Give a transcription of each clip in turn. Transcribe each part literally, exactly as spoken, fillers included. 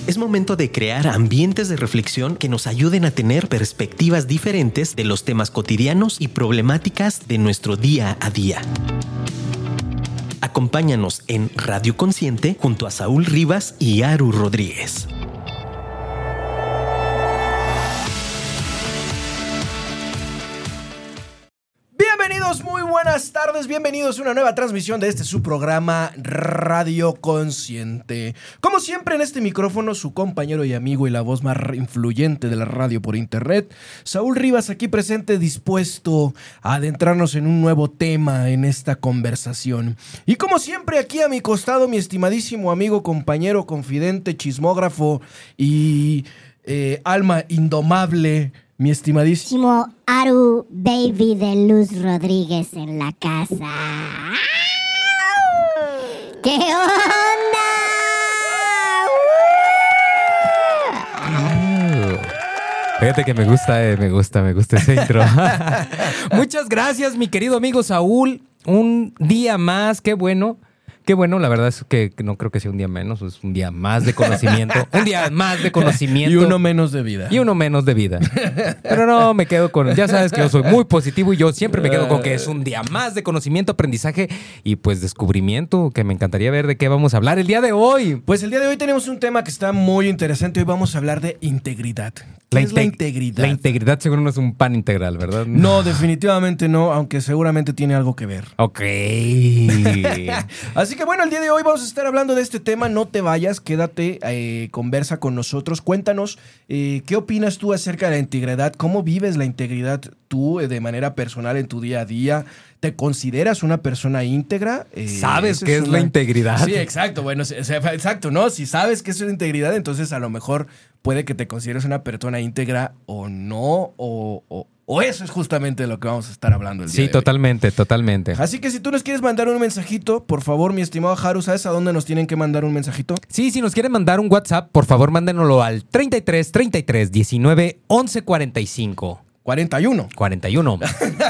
Es momento de crear ambientes de reflexión que nos ayuden a tener perspectivas diferentes de los temas cotidianos y problemáticas de nuestro día a día. Acompáñanos en Radio Consciente junto a Saúl Rivas y Aru Rodríguez. Bienvenidos, muy buenas tardes, bienvenidos a una nueva transmisión de este su programa Radio Consciente. Como siempre en este micrófono, su compañero y amigo y la voz más influyente de la radio por internet, Saúl Rivas, aquí presente, dispuesto a adentrarnos en un nuevo tema en esta conversación. Y como siempre aquí a mi costado, mi estimadísimo amigo, compañero, confidente, chismógrafo y eh, alma indomable, mi estimadísimo Aru Baby de Luz Rodríguez en la casa. ¿Qué onda? Fíjate que me gusta, eh, me gusta, me gusta ese intro. Muchas gracias, mi querido amigo Saúl. Un día más, qué bueno. Qué bueno, la verdad es que no creo que sea un día menos, es un día más de conocimiento. Un día más de conocimiento. Y uno menos de vida. Y uno menos de vida. Pero no, me quedo con... Ya sabes que yo soy muy positivo y yo siempre me quedo con que es un día más de conocimiento, aprendizaje y pues descubrimiento, que me encantaría ver de qué vamos a hablar el día de hoy. Pues el día de hoy tenemos un tema que está muy interesante. Hoy vamos a hablar de integridad. ¿Qué La es la integ- integridad? La integridad seguro no es un pan integral, ¿verdad? No, definitivamente no, aunque seguramente tiene algo que ver. Ok. Así que bueno, el día de hoy vamos a estar hablando de este tema. No te vayas, quédate, eh, conversa con nosotros. Cuéntanos, eh, ¿qué opinas tú acerca de la integridad? ¿Cómo vives la integridad tú eh, de manera personal en tu día a día? ¿Te consideras una persona íntegra? Eh, ¿Sabes esa qué es una- la integridad? Sí, exacto. Bueno, sí, o sea, exacto, ¿no? Si sabes qué es la integridad, entonces a lo mejor puede que te consideres una persona íntegra o no, o, o, o eso es justamente de lo que vamos a estar hablando el día Sí, de hoy. totalmente, totalmente. Así que si tú nos quieres mandar un mensajito, por favor, mi estimado Haru, ¿sabes a dónde nos tienen que mandar un mensajito? Sí, si nos quieren mandar un WhatsApp, por favor, mándenoslo al treinta y tres, treinta y tres, diecinueve, once, cuarenta y cinco. cuarenta y uno. cuarenta y uno.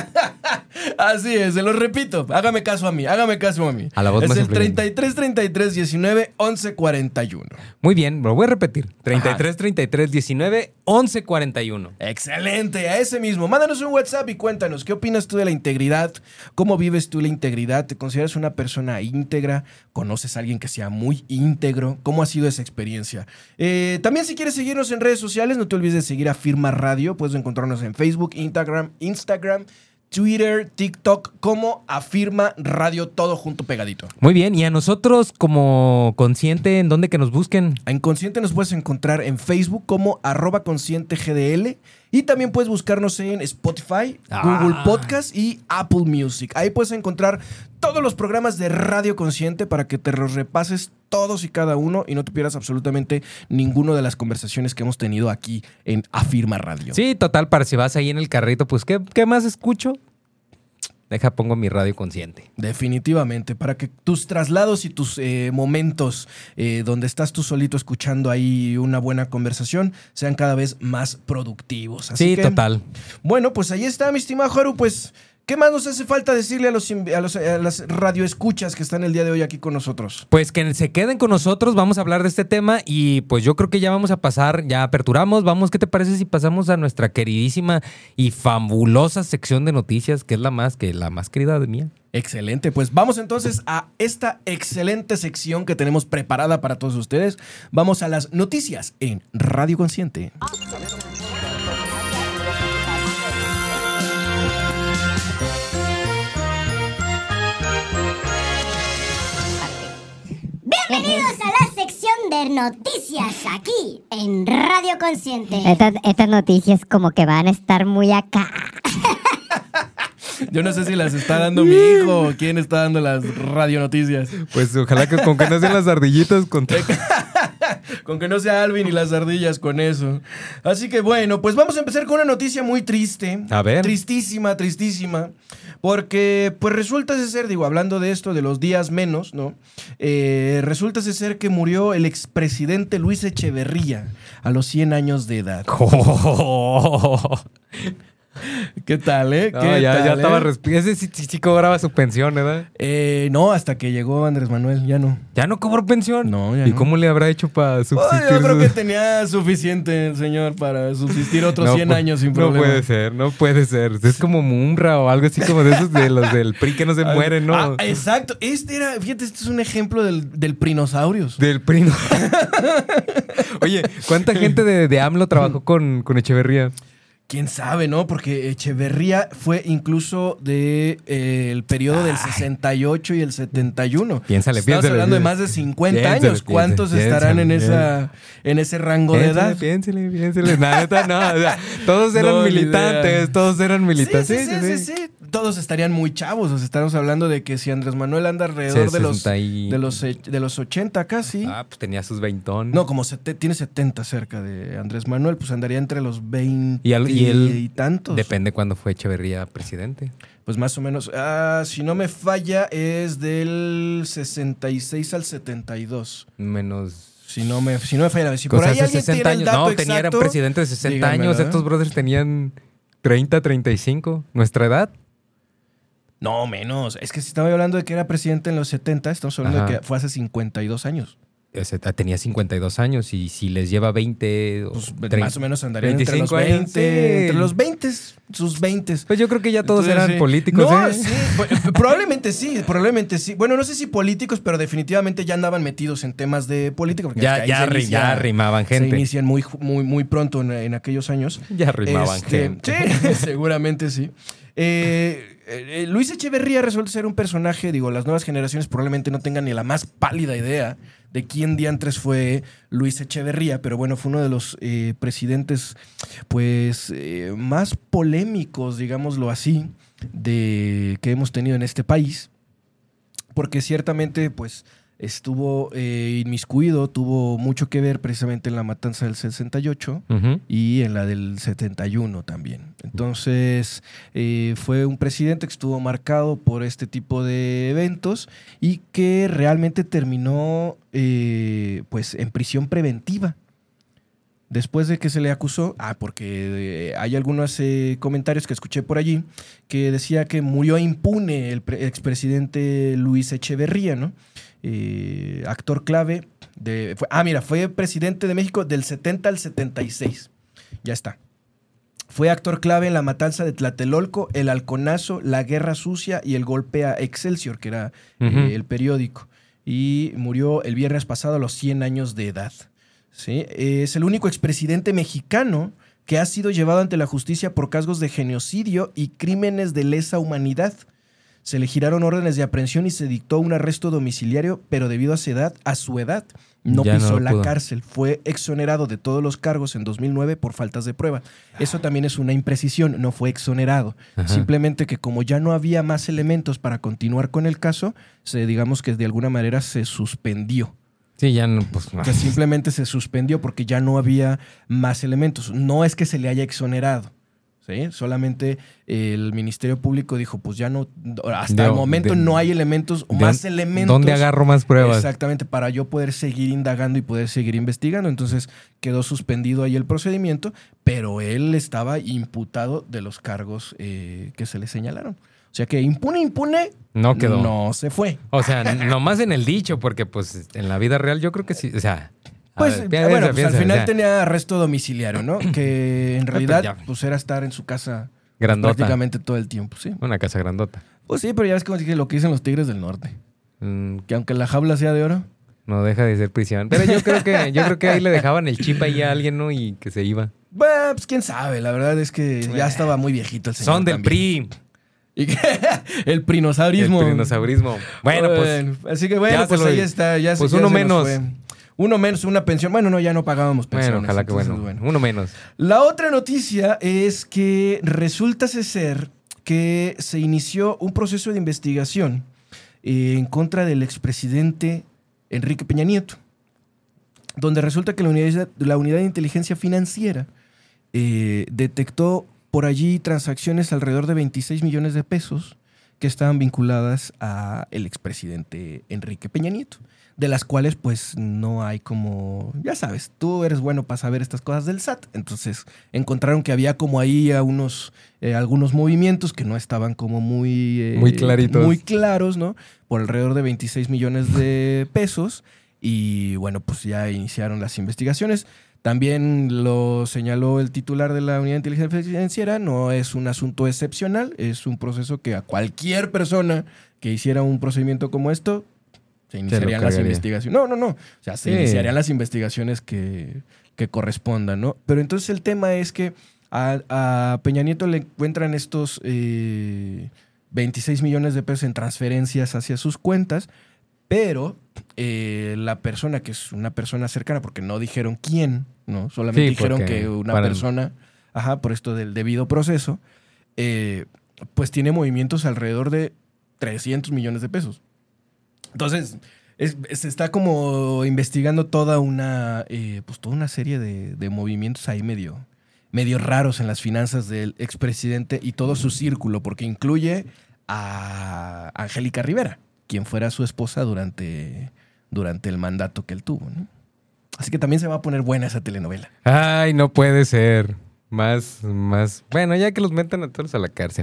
Así es, se lo repito. Hágame caso a mí, hágame caso a mí. A la voz es más el influyente. treinta y tres, treinta y tres, diecinueve, once, cuarenta y uno. Muy bien, lo voy a repetir. treinta y tres, treinta y tres, diecinueve, once, cuarenta y uno. Excelente, a ese mismo. Mándanos un WhatsApp y cuéntanos, ¿qué opinas tú de la integridad? ¿Cómo vives tú la integridad? ¿Te consideras una persona íntegra? ¿Conoces a alguien que sea muy íntegro? ¿Cómo ha sido esa experiencia? Eh, también si quieres seguirnos en redes sociales, no te olvides de seguir a Firma Radio. Puedes encontrarnos en Facebook, Instagram, Instagram, Twitter, TikTok, como Afirma Radio, todo junto pegadito. Muy bien, y a nosotros como Consciente, ¿en dónde que nos busquen? En Consciente nos puedes encontrar en Facebook como arroba consciente G D L y también puedes buscarnos en Spotify, Ah. Google Podcast y Apple Music. Ahí puedes encontrar todos los programas de Radio Consciente para que te los repases todos y cada uno y no te pierdas absolutamente ninguno de las conversaciones que hemos tenido aquí en Afirma Radio. Sí, total, para si vas ahí en el carrito, pues ¿qué, qué más escucho? Deja, pongo mi Radio Consciente. Definitivamente, para que tus traslados y tus eh, momentos eh, donde estás tú solito escuchando ahí una buena conversación sean cada vez más productivos. Así Sí, que, total. bueno, pues ahí está, mi estimado Haru, pues, ¿qué más nos hace falta decirle a los, inv- a los a las radioescuchas que están el día de hoy aquí con nosotros? Pues que se queden con nosotros, vamos a hablar de este tema y pues yo creo que ya vamos a pasar, ya aperturamos, vamos, ¿qué te parece si pasamos a nuestra queridísima y fabulosa sección de noticias, que es la más, que la más querida de mía? Excelente, pues vamos entonces a esta excelente sección que tenemos preparada para todos ustedes. Vamos a las noticias en Radio Consciente. Bienvenidos a la sección de noticias aquí en Radio Consciente. Estas, estas noticias como que van a estar muy acá. Yo no sé si las está dando mi hijo o quién está dando las radionoticias. Pues ojalá que con que no sean las ardillitas con Con que no sea Alvin y las ardillas con eso. Así que bueno, pues vamos a empezar con una noticia muy triste. A ver. Tristísima, tristísima. Porque pues resulta de ser, digo, hablando de esto, de los días menos, ¿no? Eh, resulta de ser que murió el expresidente Luis Echeverría a los cien años de edad. ¿Qué tal, eh? No, ¿Qué ya, tal, ya eh? estaba respi- Ese sí, sí, sí cobraba su pensión, ¿verdad? Eh, no, hasta que llegó Andrés Manuel, ya no. ¿Ya no cobró pensión? No, ya ¿Y no. cómo le habrá hecho para Oh, subsistir? yo creo su- que tenía suficiente el señor para subsistir otros No cien pu- años sin No problema. puede ser, no puede ser. Es como Mumra o algo así como de esos de los del P R I que no se mueren, ¿no? Ah, exacto. Este era, fíjate, este es un ejemplo del, del Prinosaurios. Del P R I. no. Oye, ¿cuánta gente de, de AMLO trabajó con, con Echeverría? Quién sabe, ¿no? Porque Echeverría fue incluso de eh, el periodo del sesenta y ocho y el setenta y uno. Piénsale, Estamos piénsale. hablando de más de cincuenta Piénsale, años. ¿Cuántos piénsale, estarán en piénsale, esa en ese rango de Piénsele, edad? piénsele, piénsele. Nada, neta, no, o sea, todos eran No, ni militantes, idea. todos eran militantes. Sí, sí, sí, sí, sí. Todos estarían muy chavos. O sea, estamos hablando de que si Andrés Manuel anda alrededor de los, sesenta y- de los eh, de los ochenta casi. Ah, pues tenía sus veintón. No, como sete- tiene setenta cerca de Andrés Manuel, pues andaría entre los veinte Y al- y él- y tantos. Depende cuándo fue Echeverría presidente. Pues más o menos. Ah, si no me falla, es del sesenta y seis al setenta y dos. Menos. Si no me, si no me falla. Si O por sea, ahí hace alguien sesenta tiene el años. dato No, tenía, era un exacto, presidente de sesenta díganmelo, años. ¿eh? Estos brothers tenían treinta, treinta y cinco. ¿Nuestra edad? No, menos. Es que si estaba hablando de que era presidente en los setenta, estamos hablando Ajá. de que fue hace cincuenta y dos años. Ese- Tenía cincuenta y dos años y si les lleva veinte o Pues treinta, más o menos andarían entre los veinticinco años, veinte. sí. Entre los veinte, sus veinte. Pues yo creo que ya todos Entonces, eran sí. políticos. No, ¿eh? sí. bu- Probablemente sí, probablemente sí. Bueno, no sé si políticos, pero definitivamente ya andaban metidos en temas de política. Porque es que Ya, ahí ya, se ri- inicia- ya rimaban Se gente. inician muy, muy, muy pronto en, en aquellos años. Ya rimaban Este, gente. Sí, seguramente sí. Eh, eh, Luis Echeverría resulta ser un personaje, digo, las nuevas generaciones probablemente no tengan ni la más pálida idea de quién diantres fue Luis Echeverría, pero bueno, fue uno de los eh, presidentes pues eh, más polémicos, digámoslo así, de que hemos tenido en este país, porque ciertamente pues estuvo eh, inmiscuido, tuvo mucho que ver precisamente en la matanza del sesenta y ocho Ujú. y en la del setenta y uno también. Entonces, eh, fue un presidente que estuvo marcado por este tipo de eventos y que realmente terminó eh, pues en prisión preventiva. Después de que se le acusó, ah, porque eh, hay algunos eh, comentarios que escuché por allí que decía que murió impune el pre- expresidente Luis Echeverría, ¿no? Eh, actor clave de... Fue, ah, mira, fue presidente de México del setenta al setenta y seis. Ya está. Fue actor clave en la matanza de Tlatelolco, el Halconazo, la Guerra Sucia y el golpe a Excelsior, que era Ujú. eh, el periódico. Y murió el viernes pasado a los cien años de edad. ¿Sí? Es el único expresidente mexicano que ha sido llevado ante la justicia por cargos de genocidio y crímenes de lesa humanidad. Se le giraron órdenes de aprehensión y se dictó un arresto domiciliario, pero debido a su edad, a su edad no Ya no pisó lo la pudo. cárcel. Fue exonerado de todos los cargos en dos mil nueve por faltas de prueba. Eso también es una imprecisión, no fue exonerado. Ajá. Simplemente que como ya no había más elementos para continuar con el caso, se, digamos que de alguna manera se suspendió. Sí, ya no, pues. O sea, simplemente se suspendió porque ya no había más elementos. No es que se le haya exonerado. ¿Sí? Solamente el Ministerio Público dijo, pues ya no, hasta De- el momento de- no hay elementos, de- más elementos. ¿Dónde agarro más pruebas? Exactamente, para yo poder seguir indagando y poder seguir investigando. Entonces quedó suspendido ahí el procedimiento, pero él estaba imputado de los cargos eh, que se le señalaron. O sea que impune, impune, No quedó. no se fue. O sea, nomás en el dicho, porque pues en la vida real yo creo que sí. O sea. a Pues, ver, eh, piensa, bueno, pues piensa, al final o sea, tenía arresto domiciliario, ¿no? Que en realidad ya. pues era estar en su casa Grandota. prácticamente todo el tiempo, ¿sí? Una casa grandota. Pues sí, pero ya ves como dije lo que dicen los Tigres del Norte. Mm, Que aunque la jaula sea de oro, no deja de ser prisión. Pero yo creo que, yo creo que ahí le dejaban el chip ahí a alguien, ¿no? Y que se iba. bueno, pues quién sabe. La verdad es que ya estaba muy viejito el señor. Son del también. P R I. Y que- el prinosaurismo. El dinosaurismo. Bueno, pues. Así que bueno, ya se pues lo ahí di. está. Ya se- Pues ya uno se nos menos. fue. Uno menos, una pensión. Bueno, no, ya no pagábamos pensiones. Bueno, ojalá que entonces, bueno. Uno menos. La otra noticia es que resulta ser que se inició un proceso de investigación eh, en contra del expresidente Enrique Peña Nieto, donde resulta que la unidad, la unidad de inteligencia financiera eh, detectó por allí transacciones alrededor de veintiséis millones de pesos que estaban vinculadas a el expresidente Enrique Peña Nieto, de las cuales pues no hay como, ya sabes, tú eres bueno para saber estas cosas del S A T, entonces encontraron que había como ahí a unos, eh, algunos movimientos que no estaban como muy, eh, Muy claritos. muy claros, ¿no? Por alrededor de veintiséis millones de pesos y bueno, pues ya iniciaron las investigaciones. También lo señaló el titular de la Unidad de Inteligencia Financiera, no es un asunto excepcional, es un proceso que a cualquier persona que hiciera un procedimiento como esto, se iniciarían las investigaciones. No, no, no. O sea, se Sí. iniciarían las investigaciones que, que correspondan, ¿no? Pero entonces el tema es que a, a Peña Nieto le encuentran estos eh, veintiséis millones de pesos en transferencias hacia sus cuentas, pero eh, la persona, que es una persona cercana, porque no dijeron quién, ¿no? Solamente Sí, dijeron porque que una para- persona, ajá, por esto del debido proceso, eh, pues tiene movimientos alrededor de trescientos millones de pesos. Entonces, es- se está como investigando toda una, eh, pues toda una serie de, de movimientos ahí medio, medio raros en las finanzas del expresidente y todo su círculo, porque incluye a Angélica Rivera, quien fuera su esposa durante, durante el mandato que él tuvo, ¿no? Así que también se va a poner buena esa telenovela. Ay, no puede ser. Más, más. Bueno, ya que los metan a todos a la cárcel.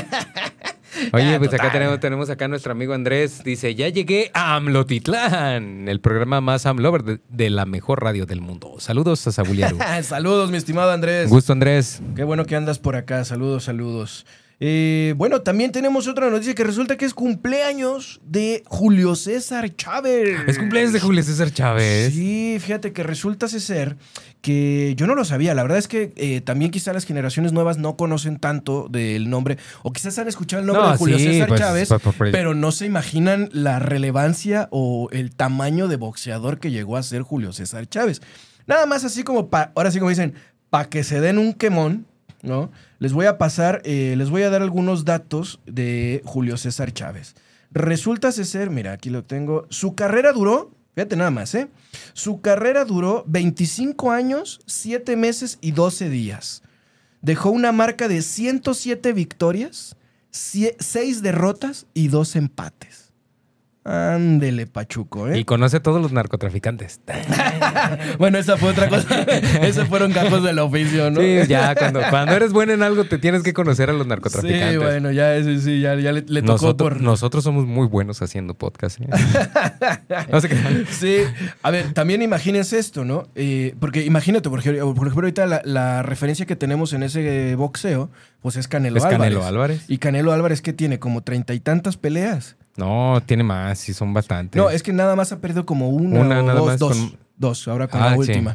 Oye, Ah, pues acá total. tenemos, tenemos acá a nuestro amigo Andrés. Dice, ya llegué a Amlotitlán, el programa más Amlover de, de la mejor radio del mundo. Saludos a Zabuliaru. Saludos, mi estimado Andrés. Un gusto, Andrés. Qué bueno que andas por acá. Saludos, saludos. Eh, bueno, también tenemos otra noticia que resulta que es cumpleaños de Julio César Chávez. Es cumpleaños de Julio César Chávez. Sí, fíjate que resulta ser que yo no lo sabía. La verdad es que eh, también quizá las generaciones nuevas no conocen tanto del nombre, o quizás han escuchado el nombre No, de Julio sí, César pues, Chávez, pues, pues, pero no se imaginan la relevancia o el tamaño de boxeador que llegó a ser Julio César Chávez. Nada más así como, pa, ahora sí como dicen, para que se den un quemón, ¿no? Les voy a pasar, eh, les voy a dar algunos datos de Julio César Chávez. Resulta ser, mira, aquí lo tengo, su carrera duró, fíjate nada más, ¿eh? Su carrera duró veinticinco años, siete meses y doce días. Dejó una marca de ciento siete victorias, seis derrotas y dos empates. Ándele, Pachuco, ¿eh? Y conoce a todos los narcotraficantes. Bueno, esa fue otra cosa. Esos fueron gajos del oficio, ¿no? Sí, ya cuando, cuando eres bueno en algo te tienes que conocer a los narcotraficantes. Sí, bueno, ya, ese sí, ya, ya le, le tocó Nosotros, por... nosotros somos muy buenos haciendo podcast. ¿eh? No sé qué. Sí, a ver, también imagínense esto, ¿no? Eh, porque imagínate, por ejemplo, por ejemplo ahorita la, la referencia que tenemos en ese boxeo, pues es Canelo Es Álvarez. Canelo Álvarez. Y Canelo Álvarez, que tiene como treinta y tantas peleas. No, tiene más, sí son bastantes. No, es que nada más ha perdido como una, Una, o nada dos, más dos, con- dos, ahora con Ah, la sí. última.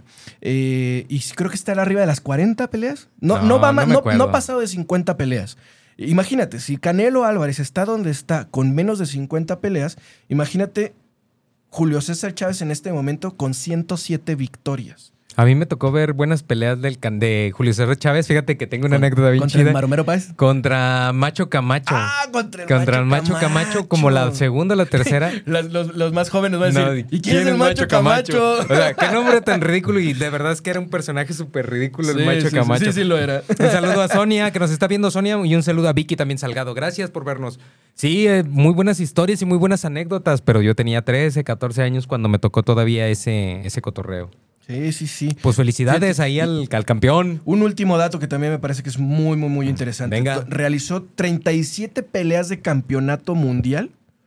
Eh, y creo que está arriba de las cuarenta peleas. No, no, No, va no más, me no, acuerdo. no ha pasado de cincuenta peleas. Imagínate, si Canelo Álvarez está donde está con menos de cincuenta peleas, imagínate Julio César Chávez en este momento con ciento siete victorias. A mí me tocó ver buenas peleas del can- de Julio César Chávez. Fíjate que tengo una Con- anécdota bien ¿Contra chida. el Maromero Páez? Contra Macho Camacho. Ah, contra el Contra el Macho Macho Camacho, como la segunda o la tercera. Las- los, los más jóvenes van a No, decir, ¿y quién es el Macho Camacho? O sea, qué nombre tan ridículo. Y de verdad es que era un personaje súper ridículo el Sí, Macho sí, sí, Camacho. sí, sí lo era. Un saludo a Sonia, que nos está viendo, Sonia, y un saludo a Vicky también Salgado. Gracias por vernos. Sí, eh, muy buenas historias y muy buenas anécdotas, pero yo tenía trece, catorce años cuando me tocó todavía ese, ese cotorreo. Sí, sí, sí. Pues felicidades ahí al, al campeón. Un último dato que también me parece que es muy, muy, muy interesante. Venga. To- Realizó treinta y siete peleas de campeonato mundial,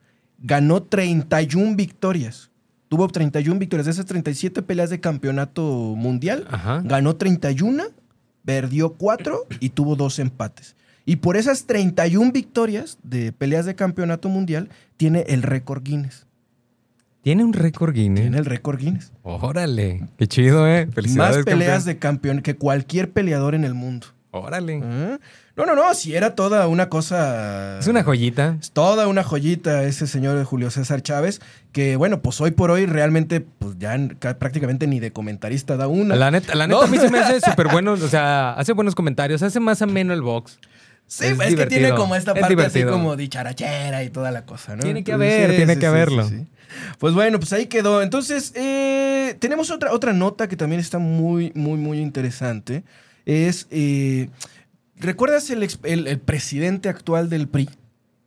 ganó treinta y una victorias. Tuvo treinta y una victorias. De esas treinta y siete peleas de campeonato mundial, Ajá. ganó treinta y una, perdió cuatro y tuvo dos empates. Y por esas treinta y una victorias de peleas de campeonato mundial, tiene el récord Guinness. Tiene un récord Guinness. Tiene el récord Guinness. Órale. Qué chido, ¿eh? Felicidades, Más peleas campeón. de campeón que cualquier peleador en el mundo. Órale. ¿Eh? No, no, no, si era toda una cosa... Es una joyita. Es toda una joyita ese señor Julio César Chávez, que bueno, pues hoy por hoy realmente pues ya ca- prácticamente ni de comentarista da una. La neta, la neta No. a mí se me hace súper bueno. O sea, hace buenos comentarios. Hace más ameno el box. Sí, es es, que divertido. tiene como esta Es parte divertido. así como dicharachera y toda la cosa, ¿no? Tiene que Entonces, haber, tiene que haberlo. Pues bueno, pues ahí quedó. Entonces, eh, tenemos otra, otra nota que también está muy, muy, muy interesante. Es, eh, ¿recuerdas el, ex- el, el presidente actual del P R I?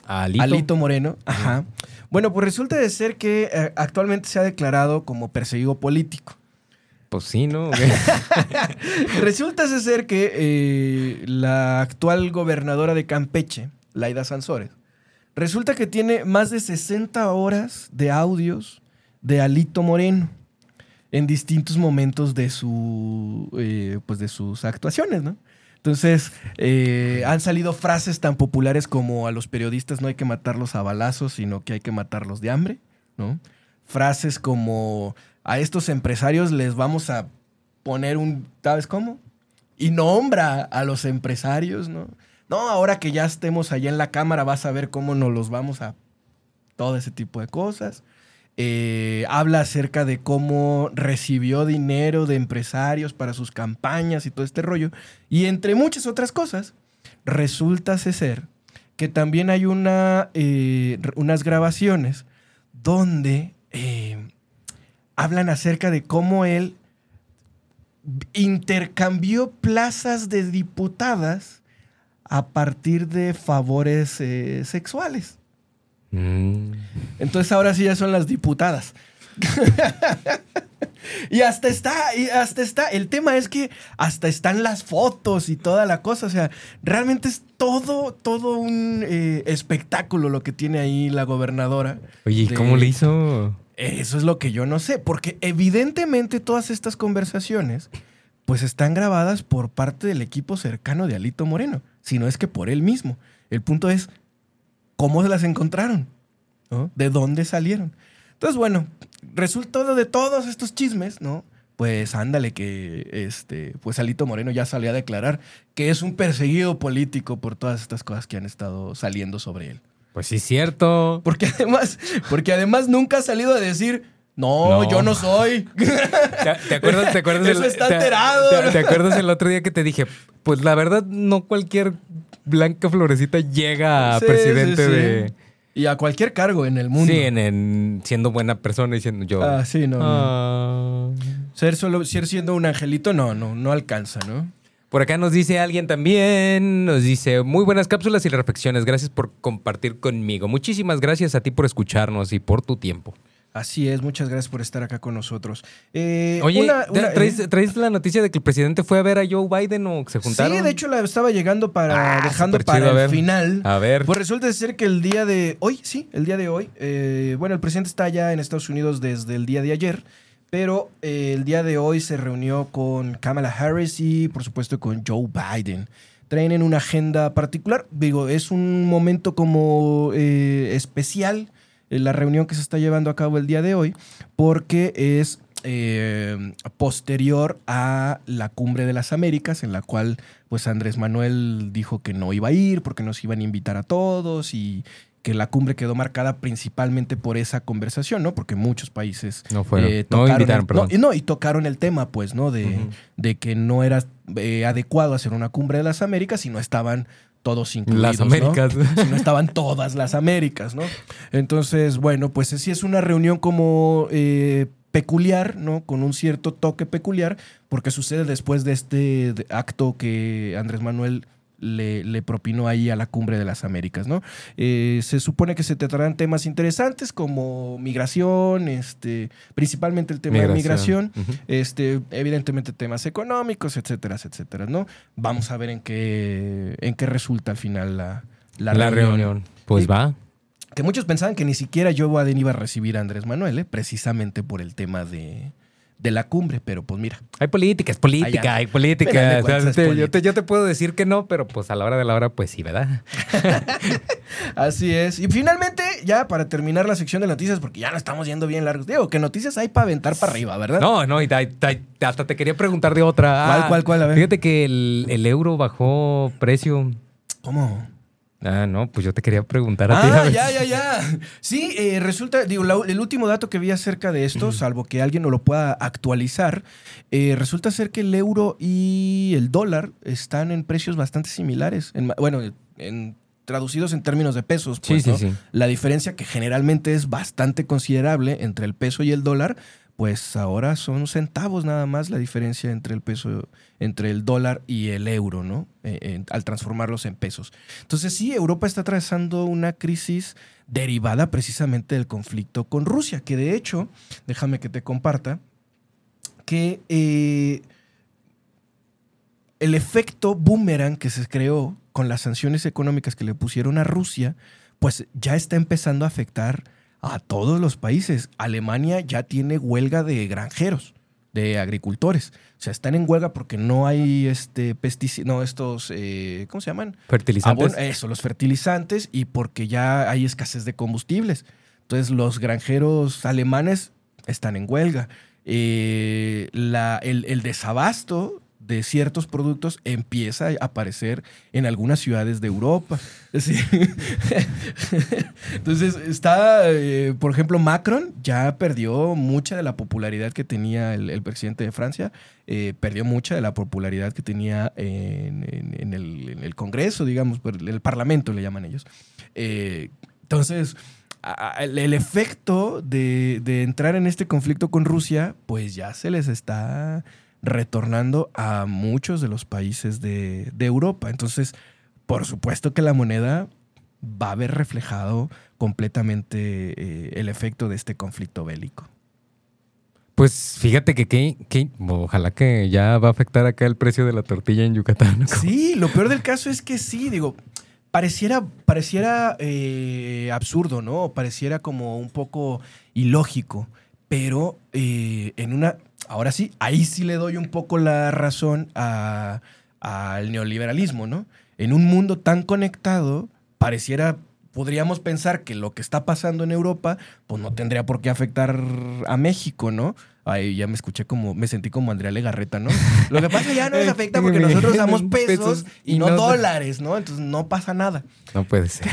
Alito. Alito Moreno. Ajá. Bueno, pues resulta de ser que eh, actualmente se ha declarado como perseguido político. Pues sí, ¿no? Resulta de ser que eh, la actual gobernadora de Campeche, Laida Sansores, resulta que tiene más de sesenta horas de audios de Alito Moreno en distintos momentos de, su, eh, pues de sus actuaciones, ¿no? Entonces, eh, han salido frases tan populares como a los periodistas no hay que matarlos a balazos, sino que hay que matarlos de hambre, ¿no? Frases como a estos empresarios les vamos a poner un, ¿sabes cómo? Y nombra a los empresarios, ¿no? No, ahora que ya estemos allá en la cámara vas a ver cómo nos los vamos a... Todo ese tipo de cosas. Eh, habla acerca de cómo recibió dinero de empresarios para sus campañas y todo este rollo. Y entre muchas otras cosas, resulta ser que también hay una, eh, unas grabaciones donde eh, hablan acerca de cómo él intercambió plazas de diputadas a partir de favores eh, sexuales. Mm. Entonces ahora sí ya son las diputadas. Y hasta está, y hasta está. El tema es que hasta están las fotos y toda la cosa. O sea, realmente es todo, todo un eh, espectáculo lo que tiene ahí la gobernadora. Oye, ¿y de... cómo le hizo? Eso es lo que yo no sé. Porque evidentemente todas estas conversaciones pues están grabadas por parte del equipo cercano de Alito Moreno. Si no es que por él mismo. El punto es cómo se las encontraron, ¿no? ¿De dónde salieron? Entonces, bueno, resultado de todos estos chismes, ¿no? Pues ándale que este, pues Alito Moreno ya salió a declarar que es un perseguido político por todas estas cosas que han estado saliendo sobre él. Pues sí, es cierto. Porque además, porque además nunca ha salido a decir, no, No. yo no soy. ¿Te, te acuerdas? ¿Te acuerdas Eso el- está te- alterado. Te, te acuerdas el otro día que te dije, pues la verdad no cualquier blanca florecita llega a Sí, presidente sí, sí. de... Y a cualquier cargo en el mundo. Sí, en, en- siendo buena persona y siendo yo. Ah, sí, no. no. Ah. Ser solo, ser siendo un angelito, no, no, no alcanza, ¿no? Por acá nos dice alguien también, nos dice, muy buenas cápsulas y reflexiones, gracias por compartir conmigo. Muchísimas gracias a ti por escucharnos y por tu tiempo. Así es, muchas gracias por estar acá con nosotros. Eh, Oye, una- una- ¿traes, eh, ¿traes la noticia de que el presidente fue a ver a Joe Biden o se juntaron? Sí, de hecho la estaba llegando para, Ah, dejando súper para chido, a el ver. final. A ver. Pues resulta ser que el día de hoy, sí, el día de hoy, eh, bueno, el presidente está allá en Estados Unidos desde el día de ayer, pero eh, el día de hoy se reunió con Kamala Harris y, por supuesto, con Joe Biden. Traen en una agenda particular, digo, es un momento como eh, especial, eh, la reunión que se está llevando a cabo el día de hoy, porque es eh, posterior a la Cumbre de las Américas, en la cual pues Andrés Manuel dijo que no iba a ir porque nos iban a invitar a todos y que la cumbre quedó marcada principalmente por esa conversación, ¿no? Porque muchos países No fueron. eh, No tocaron invitaron, el- perdón. no, y no, y tocaron el tema, pues, ¿no? De, Ujú. de que no era eh, adecuado hacer una Cumbre de las Américas si no estaban todos incluidos, Las ¿no? Américas. Si no estaban todas las Américas, ¿no? Entonces, bueno, pues sí es una reunión como eh, peculiar, ¿no? Con un cierto toque peculiar, porque sucede después de este de- acto que Andrés Manuel le, le propinó ahí a la Cumbre de las Américas, ¿no? Eh, se supone que se tratarán temas interesantes como migración, este, principalmente el tema de migración, Ujú. este, evidentemente temas económicos, etcétera, etcétera, ¿no? Vamos a ver en qué, en qué resulta al final la, la, La, reunión. Pues Sí. va. Que muchos pensaban que ni siquiera Joe Biden iba a recibir a Andrés Manuel, ¿eh? Precisamente por el tema de, de la cumbre, pero pues mira. Hay política, es política, Allá. hay política. Final de O sea, cuentas, es te- yo, política. te, yo te puedo decir que no, pero pues a la hora de la hora, pues sí, ¿verdad? Así es. Y finalmente, ya para terminar la sección de noticias, porque ya no estamos yendo bien largos. Digo, que noticias hay para aventar para arriba, ¿verdad? No, no, y da- da- hasta te quería preguntar de otra. ¿Cuál, Ah, cuál, cuál? A ver. Fíjate que el, el euro bajó precio. ¿Cómo? Ah, no, pues yo te quería preguntar a ti. a Ah, ver ya, si- ya, ya. Sí, eh, resulta, digo, la- el último dato que vi acerca de esto, salvo que alguien no lo pueda actualizar, eh, resulta ser que el euro y el dólar están en precios bastante similares. En ma- bueno, en, traducidos en términos de pesos, pues, Sí, sí, ¿no? sí. La diferencia que generalmente es bastante considerable entre el peso y el dólar, pues ahora son centavos nada más la diferencia entre el peso, entre el dólar y el euro, ¿no? Eh, eh, al transformarlos en pesos. Entonces sí, Europa está atravesando una crisis derivada precisamente del conflicto con Rusia, que de hecho, déjame que te comparta, que eh, el efecto boomerang que se creó con las sanciones económicas que le pusieron a Rusia, pues ya está empezando a afectar a todos los países. Alemania ya tiene huelga de granjeros, de agricultores. O sea, están en huelga porque no hay este pesticidas, no, estos, eh, ¿cómo se llaman? Fertilizantes. Abon- eso, los fertilizantes, y porque ya hay escasez de combustibles. Entonces, los granjeros alemanes están en huelga. Eh, la, el, el desabasto de ciertos productos empieza a aparecer en algunas ciudades de Europa. Sí. Entonces, está, eh, por ejemplo, Macron ya perdió mucha de la popularidad que tenía el, el presidente de Francia, eh, perdió mucha de la popularidad que tenía en, en, en, el, en el Congreso, digamos, el Parlamento le llaman ellos. Eh, entonces, a, el, el efecto de, de entrar en este conflicto con Rusia, pues ya se les está retornando a muchos de los países de, de Europa. Entonces, por supuesto que la moneda va a ver reflejado completamente eh, el efecto de este conflicto bélico. Pues fíjate que, que, que ojalá que ya va a afectar acá el precio de la tortilla en Yucatán, ¿no? Sí, lo peor del caso es que sí, digo, pareciera, pareciera eh, absurdo, ¿no? Pareciera como un poco ilógico, pero eh, en una... Ahora sí, ahí sí le doy un poco la razón a, al neoliberalismo, ¿no? En un mundo tan conectado, pareciera, podríamos pensar que lo que está pasando en Europa, pues no tendría por qué afectar a México, ¿no? Ay, ya me escuché como, me sentí como Andrea Legarreta, ¿no? Lo que pasa ya no nos afecta porque nosotros damos pesos y no dólares, ¿no? Entonces no pasa nada. No puede ser.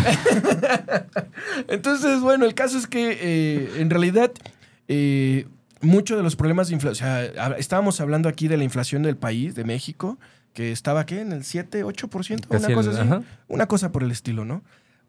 Entonces, bueno, el caso es que eh, en realidad... Eh, muchos de los problemas de inflación, o sea, estábamos hablando aquí de la inflación del país, de México, que estaba, ¿qué? En el siete, ocho por ciento, una Casi cosa el- así. ajá. Una cosa por el estilo, ¿no?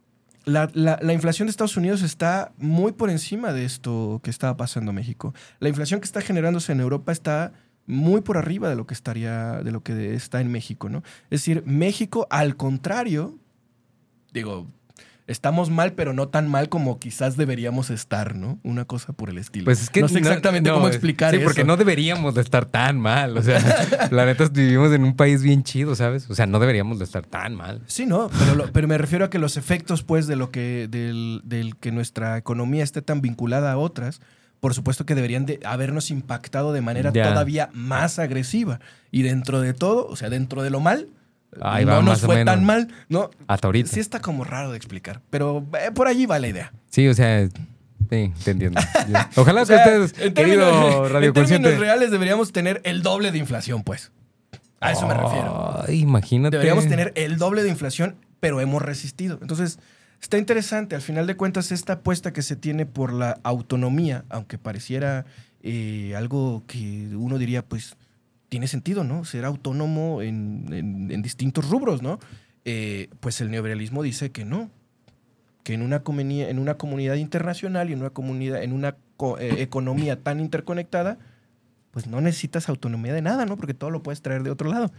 La, la, la inflación de Estados Unidos está muy por encima de esto que estaba pasando en México. La inflación que está generándose en Europa está muy por arriba de lo que estaría, de lo que está en México, ¿no? Es decir, México, al contrario, digo... Estamos mal, pero no tan mal como quizás deberíamos estar, ¿no? Una cosa por el estilo. Pues es que no sé exactamente no, cómo es- explicar sí, eso. porque no deberíamos de estar tan mal. O sea, la neta vivimos en un país bien chido, ¿sabes? O sea, no deberíamos de estar tan mal. Sí, no, pero, lo- pero me refiero a que los efectos, pues, de lo que, del, del que nuestra economía esté tan vinculada a otras, por supuesto que deberían de habernos impactado de manera Ya. todavía más agresiva. Y dentro de todo, o sea, dentro de lo mal, Ahí no va, nos más o fue menos. tan mal, ¿no? Hasta ahorita. Sí está como raro de explicar, pero eh, por allí va la idea. Sí, o sea, sí, te entiendo. Ojalá O sea, que ustedes, en querido términos, Radio en Consciente. términos reales deberíamos tener el doble de inflación, pues. A eso me refiero. Ay, imagínate. Deberíamos tener el doble de inflación, pero hemos resistido. Entonces, está interesante. Al final de cuentas, esta apuesta que se tiene por la autonomía, aunque pareciera eh, algo que uno diría, pues, tiene sentido, ¿no? Ser autónomo en, en- en distintos rubros, ¿no? Eh, pues el neoliberalismo dice que no. Que en una, comunidad, en una comunidad internacional y en una, comunidad, en una co- eh, economía tan interconectada, pues no necesitas autonomía de nada, ¿no? Porque todo lo puedes traer de otro lado.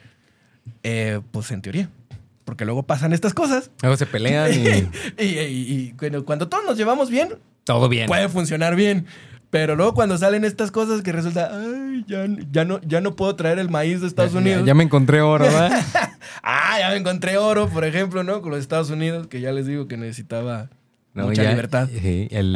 Eh, pues en teoría. Porque luego pasan estas cosas. Luego se pelean y y, y- y cuando, cuando todos nos llevamos bien, todo bien. puede funcionar bien. Pero luego cuando salen estas cosas que resulta, ay, ya, ya, no, ya no puedo traer el maíz de Estados Ya- Unidos. Ya me encontré oro, ¿verdad? Ah, ya me encontré oro, por ejemplo, ¿no? Con los Estados Unidos, que ya les digo que necesitaba No, mucha ya- libertad. Sí, el,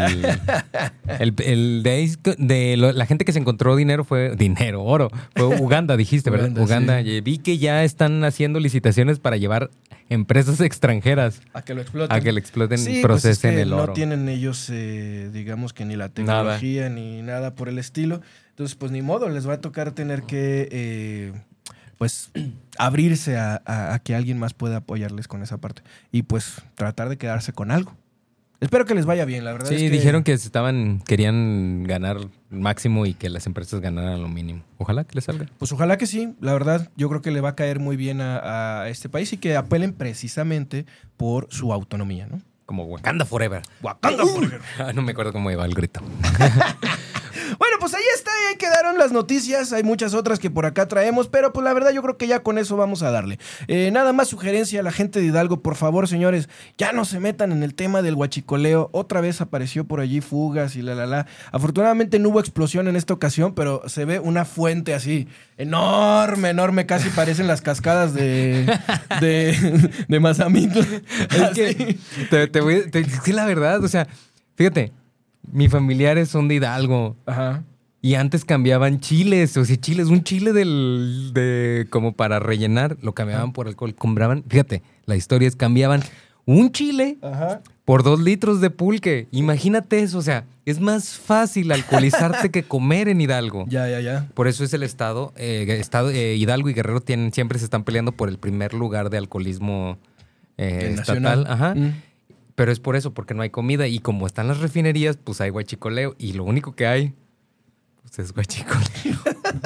el, el de, ahí- de lo- la gente que se encontró dinero fue dinero, oro. Fue Uganda, dijiste, ¿verdad? Uganda, Uganda. sí. Y vi que ya están haciendo licitaciones para llevar empresas extranjeras A que lo exploten. a que le exploten Sí, y pues es procesen que el oro. no tienen ellos, eh, digamos que ni la tecnología ni nada por el estilo. Entonces, pues ni modo, les va a tocar tener que, eh, pues, abrirse a, a- a que alguien más pueda apoyarles con esa parte. Y pues tratar de quedarse con algo. Espero que les vaya bien, la verdad. Sí, es que dijeron que se estaban, querían ganar el máximo y que las empresas ganaran lo mínimo. Ojalá que les salga. Pues ojalá que sí, la verdad, yo creo que le va a caer muy bien a, a este país y que apelen precisamente por su autonomía, ¿no? Como Wakanda Forever. Wakanda Forever. Ah, no me acuerdo cómo iba el grito. Bueno, pues ahí está, ahí quedaron las noticias. Hay muchas otras que por acá traemos, pero pues la verdad yo creo que ya con eso vamos a darle. Eh, nada más sugerencia a la gente de Hidalgo, por favor, señores, ya no se metan en el tema del huachicoleo. Otra vez apareció por allí fugas y la la la. Afortunadamente no hubo explosión en esta ocasión, pero se ve una fuente así enorme, enorme, casi parecen las cascadas de de, de Mazamitla. Es que te, te voy a te, es que la verdad, o sea, fíjate, mis familiares son de Hidalgo. Ajá. Y antes cambiaban chiles, o sea, chiles, un chile del, de como para rellenar, lo cambiaban por alcohol, compraban, fíjate, la historia es cambiaban un chile Ajá. por dos litros de pulque. Imagínate eso, o sea, es más fácil alcoholizarte que comer en Hidalgo. Ya, ya, ya. Por eso es el estado, eh, estado eh, Hidalgo y Guerrero tienen, siempre se están peleando por el primer lugar de alcoholismo eh, El estatal. nacional. Ajá. Mm. Pero es por eso, porque no hay comida. Y como están las refinerías, pues hay huachicoleo. Y lo único que hay, pues es huachicoleo.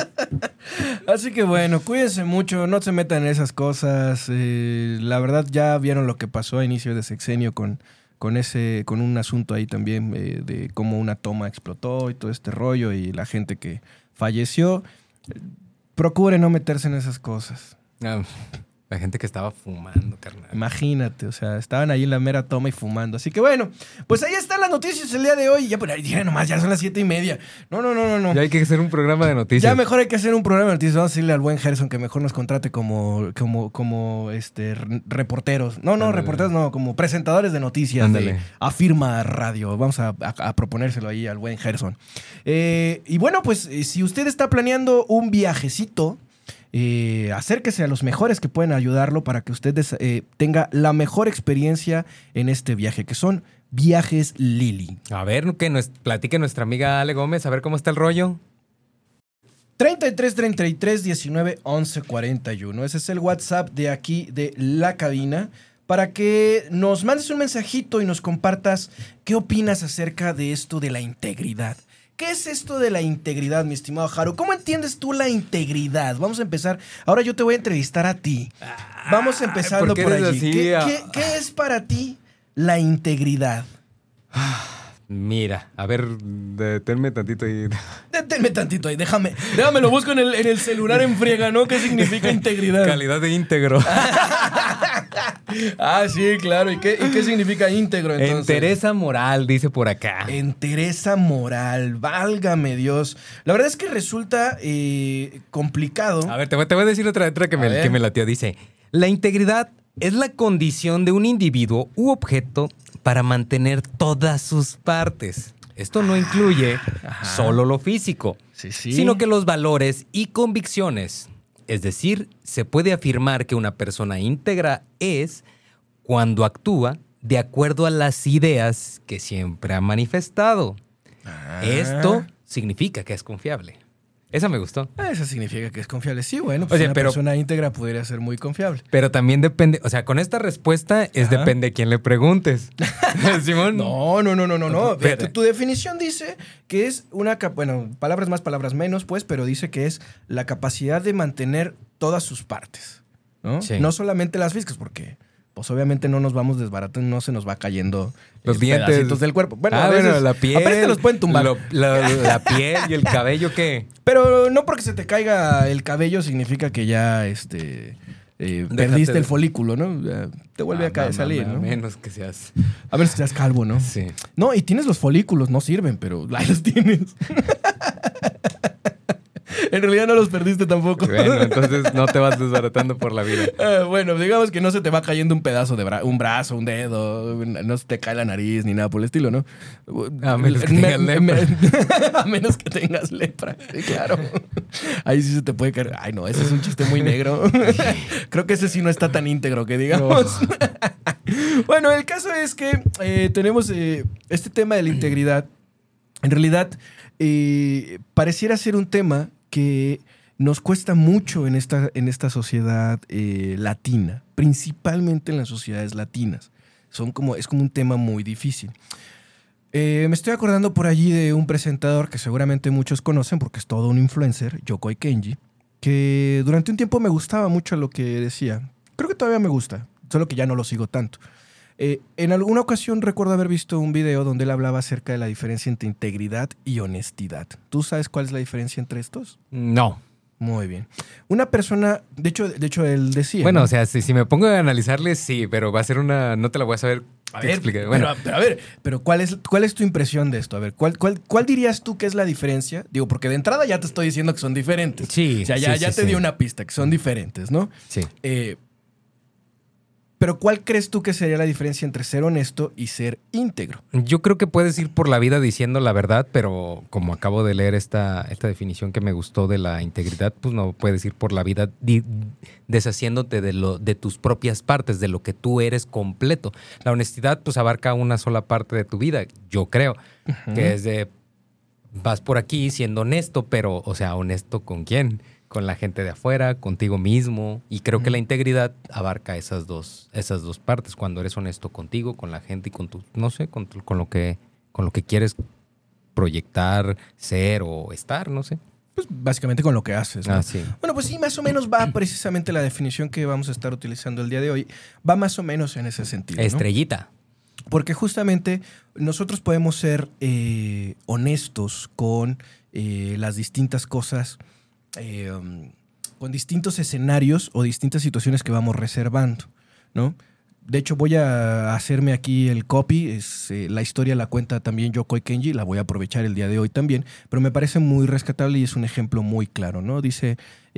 Así que bueno, cuídense mucho, no se metan en esas cosas. Eh, la verdad ya vieron lo que pasó a inicio de sexenio con, con ese, con un asunto ahí también eh, de cómo una toma explotó y todo este rollo y la gente que falleció. Procure no meterse en esas cosas. Ah, la gente que estaba fumando, carnal. Imagínate, o sea, estaban ahí en la mera toma y fumando. Así que bueno, pues ahí están las noticias el día de hoy. Ya, pues, ya nomás, ya son las siete y media. No, no, no, no, no. Ya hay que hacer un programa de noticias. Ya mejor hay que hacer un programa de noticias. Vamos a decirle al buen Gerson que mejor nos contrate como, como, como este, re- reporteros. No, no, Ándale. reporteros no, como presentadores de noticias Ándale. de Afirma Radio. Vamos a, a- a proponérselo ahí al buen Gerson. Eh, y bueno, pues eh, si usted está planeando un viajecito, eh, acérquese a los mejores que pueden ayudarlo para que usted des- eh, tenga la mejor experiencia en este viaje, que son Viajes Lili. A ver, que nos platique nuestra amiga Ale Gómez, a ver cómo está el rollo. treinta y tres, treinta y tres, diecinueve, once, cuarenta y uno. Ese es el WhatsApp de aquí de la cabina para que nos mandes un mensajito y nos compartas qué opinas acerca de esto de la integridad. ¿Qué es esto de la integridad, mi estimado Jaro? ¿Cómo entiendes tú la integridad? Vamos a empezar. Ahora yo te voy a entrevistar a ti. Vamos empezando ¿por qué por eres allí. así? ¿Qué, Ah. qué- qué es para ti la integridad? Mira, a ver, deténme tantito ahí. Deténme tantito ahí, déjame. Déjame, lo busco en el, en el celular en friega, ¿no? ¿Qué significa integridad? Calidad de íntegro. Ah, sí, claro. ¿Y qué, y qué significa íntegro entonces? Entereza moral, dice por acá. Entereza moral, válgame Dios. La verdad es que resulta eh, complicado. A ver, te voy, te voy a decir otra letra que A me, ver. que me latió. Dice, la integridad es la condición de un individuo u objeto para mantener todas sus partes. Esto no incluye solo lo físico, Sí, sí. sino que los valores y convicciones. Es decir, se puede afirmar que una persona íntegra es cuando actúa de acuerdo a las ideas que siempre ha manifestado. Ah. Esto significa que es confiable. Esa me gustó. Ah, eso significa que es confiable. Sí, bueno, pues Oye, una pero- persona íntegra podría ser muy confiable. Pero también depende, o sea, con esta respuesta es Ajá. depende de quién le preguntes. Simón. No, no, no, no, no, no. Espera. Tu, tu definición dice que es una, cap- bueno, palabras más, palabras menos, pues, pero dice que es la capacidad de mantener todas sus partes, ¿no? Sí. No solamente las físicas, porque, pues, obviamente no nos vamos desbaratando, no se nos va cayendo Los eh, dientes. pedacitos del cuerpo. Bueno, ah, a veces, bueno, la piel. aparte los pueden tumbar. lo- la, la piel y el cabello, ¿qué? Pero no porque se te caiga el cabello significa que ya, este, eh, Déjate perdiste de- el folículo, ¿no? Ya te vuelve a Ah, caer, ma- salir, ma- ¿no? menos que seas. A ver si seas calvo, ¿no? Sí. No, y tienes los folículos, no sirven, pero ahí los tienes. En realidad no los perdiste tampoco. Bueno, entonces no te vas desbaratando por la vida. Eh, bueno, digamos que no se te va cayendo un pedazo de bra- un brazo, un dedo, un- no se te cae la nariz ni nada por el estilo, ¿no? A menos que Me- tengas me- lepra. me- a menos que tengas lepra, sí, claro. Ahí sí se te puede caer. Ay, no, ese es un chiste muy negro. Creo que ese sí no está tan íntegro que digamos. Bueno, el caso es que eh, tenemos eh, este tema de la integridad. En realidad, eh, pareciera ser un tema que nos cuesta mucho en esta, en esta sociedad eh, latina, principalmente en las sociedades latinas. Son como, es como un tema muy difícil. Eh, me estoy acordando por allí de un presentador que seguramente muchos conocen porque es todo un influencer, Yokoi Kenji, que durante un tiempo me gustaba mucho lo que decía. Creo que todavía me gusta, solo que ya no lo sigo tanto. Eh, en alguna ocasión recuerdo haber visto un video donde él hablaba acerca de la diferencia entre integridad y honestidad. ¿Tú sabes cuál es la diferencia entre estos? No. Muy bien. Una persona, de hecho, de hecho él decía... Bueno, ¿no? o sea, si, si me pongo a analizarle, sí, pero va a ser una... No te la voy a saber A ver, explicar. pero, Bueno, pero a ver, pero ¿cuál es, ¿cuál es tu impresión de esto? A ver, ¿cuál, cuál, ¿cuál dirías tú que es la diferencia? Digo, porque de entrada ya te estoy diciendo que son diferentes. Sí, O sea, ya, sí, ya sí, te sí. di una pista, que son diferentes, ¿no? sí. Eh, pero ¿cuál crees tú que sería la diferencia entre ser honesto y ser íntegro? Yo creo que puedes ir por la vida diciendo la verdad, pero como acabo de leer esta, esta definición que me gustó de la integridad, pues no puedes ir por la vida di- deshaciéndote de, lo, de tus propias partes, de lo que tú eres completo. La honestidad pues abarca una sola parte de tu vida, yo creo, Uh-huh. que es de vas por aquí siendo honesto, pero, o sea, ¿honesto con quién? Con la gente de afuera, contigo mismo. Y creo que la integridad abarca esas dos, esas dos partes. Cuando eres honesto contigo, con la gente y con tu, no sé, con, tu- con lo que, con lo que quieres proyectar, ser o estar, no sé. Pues básicamente con lo que haces, ¿no? Ah, sí. Bueno, pues sí, más o menos va precisamente la definición que vamos a estar utilizando el día de hoy. Va más o menos en ese sentido, ¿no? Estrellita. Porque justamente nosotros podemos ser eh, honestos con eh, las distintas cosas, eh, um, con distintos escenarios o distintas situaciones que vamos reservando, ¿no? De hecho, voy a hacerme aquí el copy. Es, eh, la historia la cuenta también Yokoi Kenji, la voy a aprovechar el día de hoy también, pero me parece muy rescatable y es un ejemplo muy claro, ¿no? Dice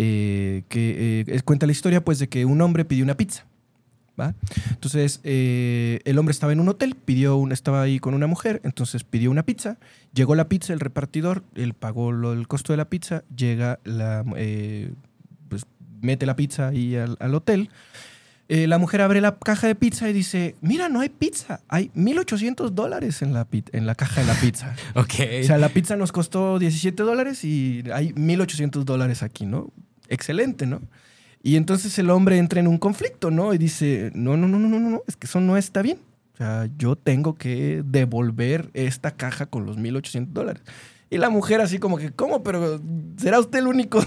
eh, que eh, cuenta la historia pues de que un hombre pidió una pizza. ¿Va? Entonces, eh, el hombre estaba en un hotel, pidió un, estaba ahí con una mujer, entonces pidió una pizza, llegó la pizza, el repartidor, él pagó lo, el costo de la pizza, llega, la, eh, pues mete la pizza ahí al, al hotel, eh, la mujer abre la caja de pizza y dice, mira, no hay pizza, hay mil ochocientos dólares en la, en la caja de la pizza. Ok. O sea, la pizza nos costó diecisiete dólares y hay mil ochocientos dólares aquí, ¿no? Excelente, ¿no? Y entonces el hombre entra en un conflicto, ¿no? Y dice, no, no, no, no, no, no, es que eso no está bien. O sea, yo tengo que devolver esta caja con los mil ochocientos dólares. Y la mujer así como que, ¿cómo? Pero ¿será usted el único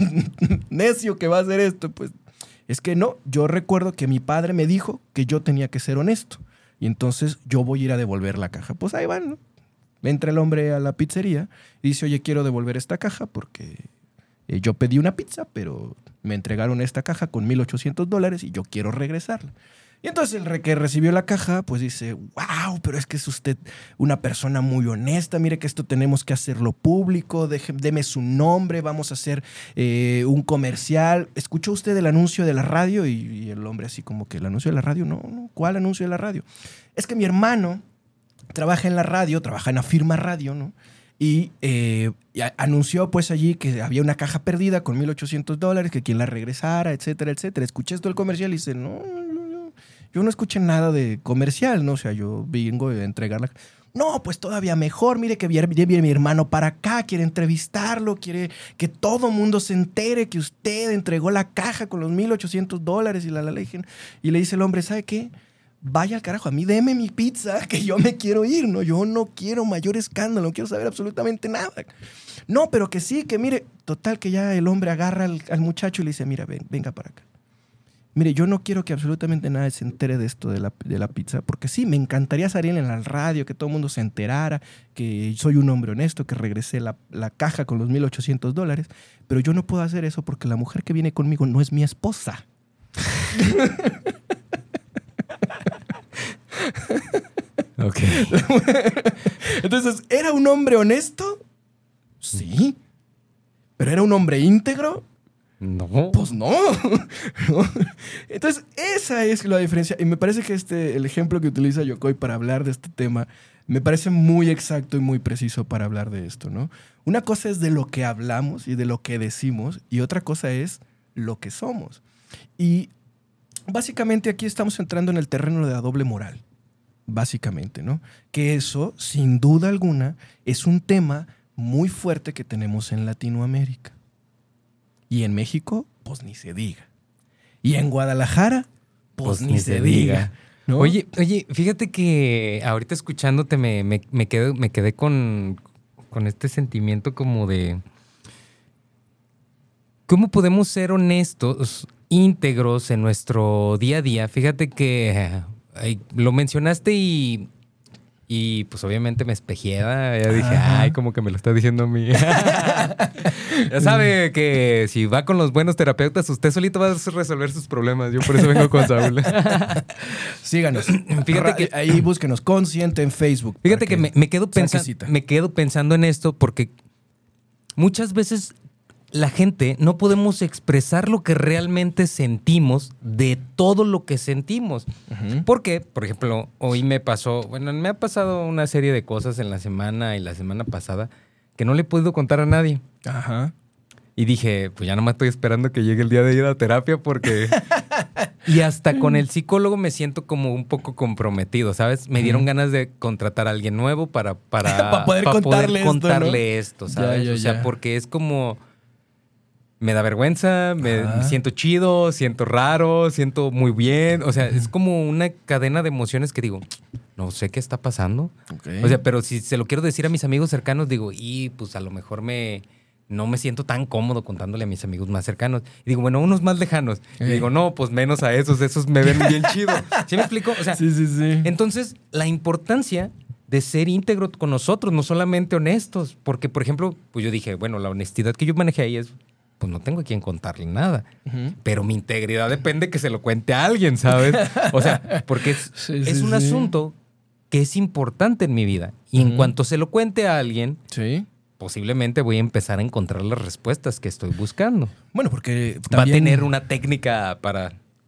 necio que va a hacer esto? Pues es que no, yo recuerdo que mi padre me dijo que yo tenía que ser honesto. Y entonces yo voy a ir a devolver la caja. Pues ahí van, ¿no? Entra el hombre a la pizzería y dice, oye, quiero devolver esta caja porque eh, yo pedí una pizza, pero me entregaron esta caja con mil ochocientos dólares y yo quiero regresarla. Y entonces el que recibió la caja, pues dice, wow, pero es que es usted una persona muy honesta, mire que esto tenemos que hacerlo público, deje, deme su nombre, vamos a hacer eh, un comercial. ¿Escuchó usted el anuncio de la radio? Y, y el hombre así como que, ¿el anuncio de la radio? No, no, ¿cuál anuncio de la radio? Es que mi hermano trabaja en la radio, trabaja en la firma radio, ¿no? Y, eh, y anunció pues allí que había una caja perdida con mil ochocientos dólares, que quien la regresara, etcétera, etcétera. Escuché esto del comercial y dice, no, no, no, yo no escuché nada de comercial, ¿no? O sea, yo vengo a entregarla. No, pues todavía mejor, mire que viene, viene mi hermano para acá, quiere entrevistarlo, quiere que todo mundo se entere que usted entregó la caja con los mil ochocientos dólares y la, la, la, y le dice el hombre, ¿sabe qué? Vaya al carajo, a mí deme mi pizza, que yo me quiero ir, ¿no? Yo no quiero mayor escándalo, no quiero saber absolutamente nada. No, pero que sí, que mire, total que ya el hombre agarra al, al muchacho y le dice, mira, ven, venga para acá. Mire, yo no quiero que absolutamente nadie se entere de esto de la, de la pizza, porque sí, me encantaría salir en la radio, que todo el mundo se enterara, que soy un hombre honesto, que regresé la, la caja con los mil ochocientos dólares, pero yo no puedo hacer eso porque la mujer que viene conmigo no es mi esposa. Ok. Entonces, ¿era un hombre honesto? Sí. ¿Pero era un hombre íntegro? No. Pues no. ¿No? Entonces, esa es la diferencia. Y me parece que este, el ejemplo que utiliza Yokoi para hablar de este tema me parece muy exacto y muy preciso para hablar de esto, ¿no? Una cosa es de lo que hablamos y de lo que decimos, y otra cosa es lo que somos. Y básicamente aquí estamos entrando en el terreno de la doble moral. Básicamente, ¿no? Que eso, sin duda alguna, es un tema muy fuerte que tenemos en Latinoamérica. Y en México, pues ni se diga. Y en Guadalajara, pues, pues ni, ni se, se diga. diga ¿no? Oye, oye, fíjate que ahorita escuchándote me, me, me, quedé, me quedé con, con este sentimiento como de... ¿Cómo podemos ser honestos, íntegros en nuestro día a día? Fíjate que... ay, lo mencionaste y, y pues obviamente me espejé. ¿verdad? Ya dije, Ajá. ay, como que me lo está diciendo a mí. Ya sabe que si va con los buenos terapeutas, usted solito va a resolver sus problemas. Yo por eso vengo con Saúl. Síganos. Fíjate Ra- que- ahí búsquenos Consciente en Facebook. Fíjate para que me, me quedo saque pensa- cita. me quedo pensando en esto porque muchas veces la gente no podemos expresar lo que realmente sentimos de todo lo que sentimos. Ujú. Porque, por ejemplo, hoy me pasó, bueno, me ha pasado una serie de cosas en la semana y la semana pasada que no le he podido contar a nadie. Ajá. Y dije, pues ya nomás estoy esperando que llegue el día de ir a terapia porque... Y hasta con el psicólogo me siento como un poco comprometido, ¿sabes? Me dieron ganas de contratar a alguien nuevo para... Para, Pa' poder pa' contarle esto, contarle ¿no? esto, ¿sabes? Ya, ya, o sea, ya. porque es como... Me da vergüenza, me, Ajá. me siento chido, siento raro, siento muy bien. O sea, es como una cadena de emociones que digo, no sé qué está pasando. Ok. O sea, pero si se lo quiero decir a mis amigos cercanos, digo, y pues a lo mejor me no me siento tan cómodo contándole a mis amigos más cercanos. Y digo, bueno, unos más lejanos. Y Ey. digo, no, pues menos a esos, esos me ven bien chido. ¿Sí me explico? O sea, Sí, sí, sí. entonces, la importancia de ser íntegro con nosotros, no solamente honestos. Porque, por ejemplo, pues yo dije, bueno, la honestidad que yo manejé ahí es, pues no tengo a quien contarle nada. Ujú. Pero mi integridad depende que se lo cuente a alguien, ¿sabes? O sea, porque es, Sí, es sí, un sí. asunto que es importante en mi vida. Y en Ujú. cuanto se lo cuente a alguien, Sí. posiblemente voy a empezar a encontrar las respuestas que estoy buscando. Bueno, porque Va a también- tener una técnica para...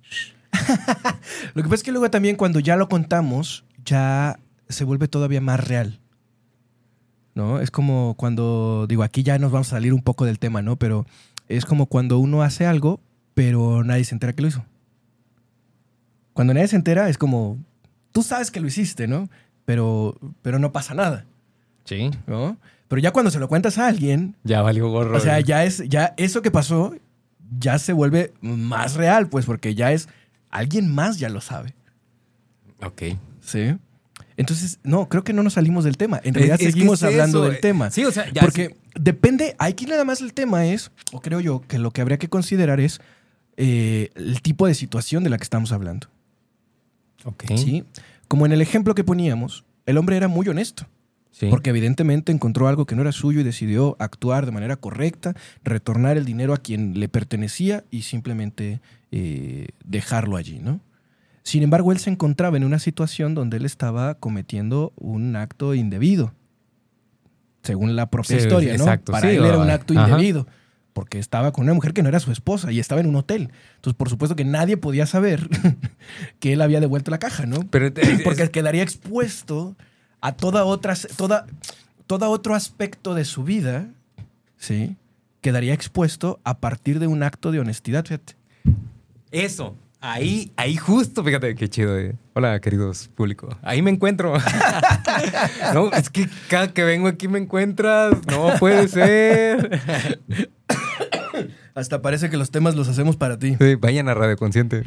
Lo que pasa es que luego también cuando ya lo contamos, ya se vuelve todavía más real. ¿No? Es como cuando, digo, aquí ya nos vamos a salir un poco del tema, ¿no? Pero es como cuando uno hace algo, pero nadie se entera que lo hizo. Cuando nadie se entera, es como, tú sabes que lo hiciste, ¿no? Pero, pero no pasa nada, Sí. ¿no? Pero ya cuando se lo cuentas a alguien, Ya valió gorro. o sea, ¿eh? ya es, ya eso que pasó, ya se vuelve más real, pues, porque ya es, alguien más ya lo sabe. Ok. Sí. Entonces, no, creo que no nos salimos del tema. En realidad Es- es que seguimos es hablando eso, del eh. tema. Sí, o sea, ya Porque sí. depende, aquí nada más el tema es, o creo yo, que lo que habría que considerar es eh, el tipo de situación de la que estamos hablando. Ok. ¿Sí? Como en el ejemplo que poníamos, el hombre era muy honesto. Sí. Porque evidentemente encontró algo que no era suyo y decidió actuar de manera correcta, retornar el dinero a quien le pertenecía y simplemente eh, dejarlo allí, ¿no? Sin embargo, él se encontraba en una situación donde él estaba cometiendo un acto indebido, según la propia Sí, historia, ¿no? exacto, Para sí, él era o- un acto ajá. indebido, porque estaba con una mujer que no era su esposa y estaba en un hotel. Entonces, por supuesto que nadie podía saber que él había devuelto la caja, ¿no? Pero es- Porque es- quedaría expuesto a toda otra, toda, todo otro aspecto de su vida, ¿sí? Quedaría expuesto a partir de un acto de honestidad, fíjate. Eso. Ahí, ahí justo, fíjate qué chido. eh. Hola, queridos público. Ahí me encuentro. No, es que cada que vengo aquí me encuentras. No puede ser. Hasta parece que los temas los hacemos para ti. Sí, vayan a Radio Consciente.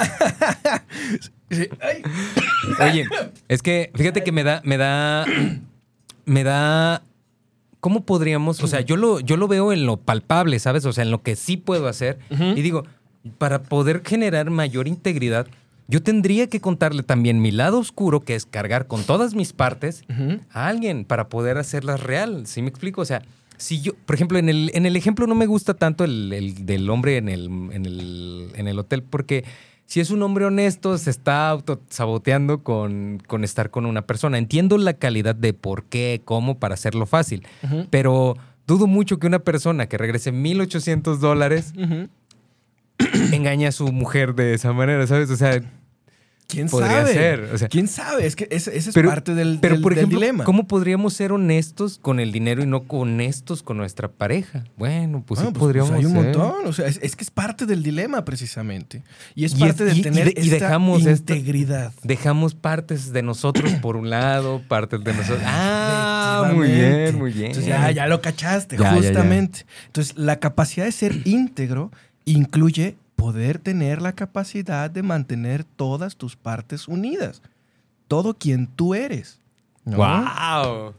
Sí. Ay. Oye, es que fíjate que me da, me da, me da. ¿Cómo podríamos? O sea, yo lo, yo lo veo en lo palpable, ¿sabes? O sea, en lo que sí puedo hacer. Ujú. Y digo, para poder generar mayor integridad, yo tendría que contarle también mi lado oscuro, que es cargar con todas mis partes, Ujú. a alguien para poder hacerlas real. ¿Sí me explico? O sea, si yo, por ejemplo, en el, en el ejemplo no me gusta tanto el, el del hombre en el, en, el, en el hotel, porque si es un hombre honesto, se está autosaboteando con, con estar con una persona. Entiendo la calidad de por qué, cómo, para hacerlo fácil, Ujú. pero dudo mucho que una persona que regrese mil ochocientos dólares Ujú. engañe a su mujer de esa manera, ¿sabes? O sea, ¿Quién podría sabe? ser, o sea. ¿Quién sabe? Es que ese, ese es Pero- parte del, pero, del- por del ejemplo, dilema. ¿cómo podríamos ser honestos con el dinero y no honestos con nuestra pareja? Bueno, pues Ah, sí pues, podríamos pues hay un ser. montón. O sea, es, es que es parte del dilema, precisamente. Y es Y parte es- de y- y tener de- y esta dejamos esta- integridad. Dejamos partes de nosotros por un lado, partes de nosotros. Ah, muy Efectivamente. bien, muy bien. Entonces ya, ya lo cachaste, Ya, ya, ya. justamente. Entonces, la capacidad de ser íntegro incluye poder tener la capacidad de mantener todas tus partes unidas. Todo quien tú eres. ¿no? ¡Wow!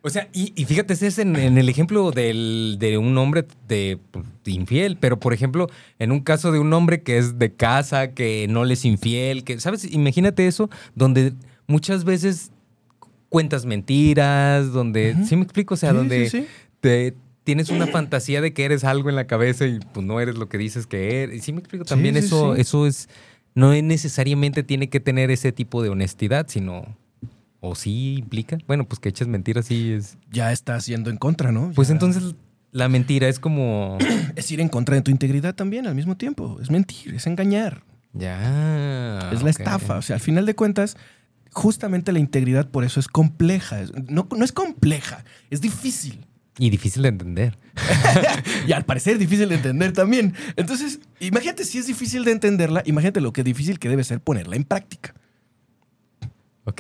O sea, y, y fíjate, ese es en, en el ejemplo del, de un hombre de, de infiel, pero por ejemplo, en un caso de un hombre que es de casa, que no le es infiel, que, ¿sabes? Imagínate eso, donde muchas veces cuentas mentiras, donde, Ujú. ¿sí me explico? O sea, Sí, donde sí, sí. te tienes una fantasía de que eres algo en la cabeza y pues no eres lo que dices que eres. ¿Sí me explico? También Sí, sí, eso, sí. eso es, no es necesariamente tiene que tener ese tipo de honestidad, sino... ¿O sí implica? Bueno, pues que eches mentiras sí es... Ya estás yendo en contra, ¿no? Pues Ya- entonces la mentira es como... Es ir en contra de tu integridad también al mismo tiempo. Es mentir, es engañar. Ya. Es la ok. estafa. O sea, al final de cuentas, justamente la integridad por eso es compleja. Es- No, no es compleja, es difícil. Y difícil de entender. Y al parecer difícil de entender también. Entonces, imagínate si es difícil de entenderla, imagínate lo que difícil que debe ser ponerla en práctica. Ok.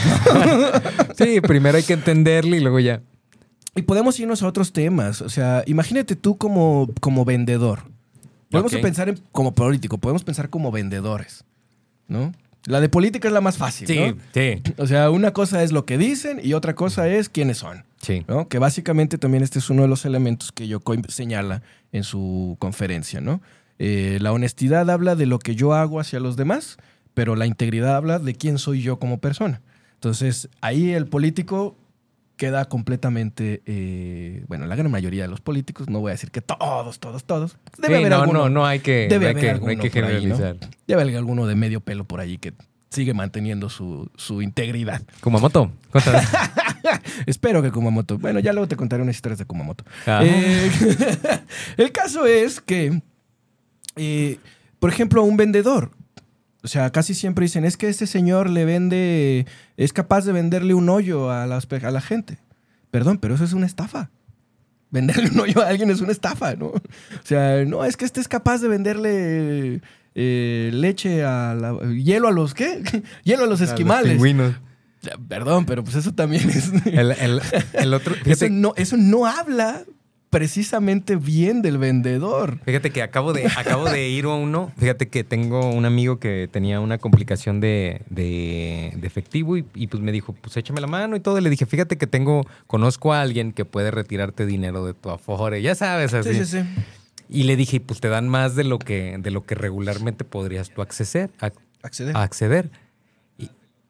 Sí, primero hay que entenderla y luego ya. Y podemos irnos a otros temas. O sea, imagínate tú como, como vendedor. Podemos Ok. pensar en- como político, podemos pensar como vendedores, ¿no? La de política es la más fácil, Sí, ¿no? sí. O sea, una cosa es lo que dicen y otra cosa es quiénes son, Sí. ¿no? Que básicamente también este es uno de los elementos que Yokoi señala en su conferencia, ¿no? Eh, la honestidad habla de lo que yo hago hacia los demás, pero la integridad habla de quién soy yo como persona. Entonces, ahí el político queda completamente, eh, bueno, la gran mayoría de los políticos, no voy a decir que todos, todos, todos. Debe Sí, haber no, alguno, no, no hay que, debe no hay haber que, no alguno hay que por ahí, ¿no? generalizar. Debe haber alguno de medio pelo por ahí que sigue manteniendo su, su integridad. Kumamoto, cuéntanos. Espero que Kumamoto. Bueno, ya luego te contaré unas historias de Kumamoto. Ah. Eh, el caso es que, eh, por ejemplo, un vendedor. O sea, casi siempre dicen, es que este señor le vende, es capaz de venderle un hoyo a, las pe- a la gente. Perdón, pero eso es una estafa. Venderle un hoyo a alguien es una estafa, ¿no? O sea, no, es que este es capaz de venderle eh, leche a la... ¿Hielo a los qué? Hielo a los A los esquimales. pingüinos. Ya, perdón, pero pues eso también es... El, el, el otro, Eso fíjate, no, eso no habla precisamente bien del vendedor. fíjate que acabo de, acabo de ir a uno. Fíjate que tengo un amigo que tenía una complicación de, de, de efectivo y, y pues me dijo, pues échame la mano y todo. Y le dije, fíjate que tengo, conozco a alguien que puede retirarte dinero de tu Afore. Ya sabes, así. Sí, sí, sí. Y le dije, pues te dan más de lo que, de lo que regularmente podrías tú acceder, a, Acceder. a acceder. Y,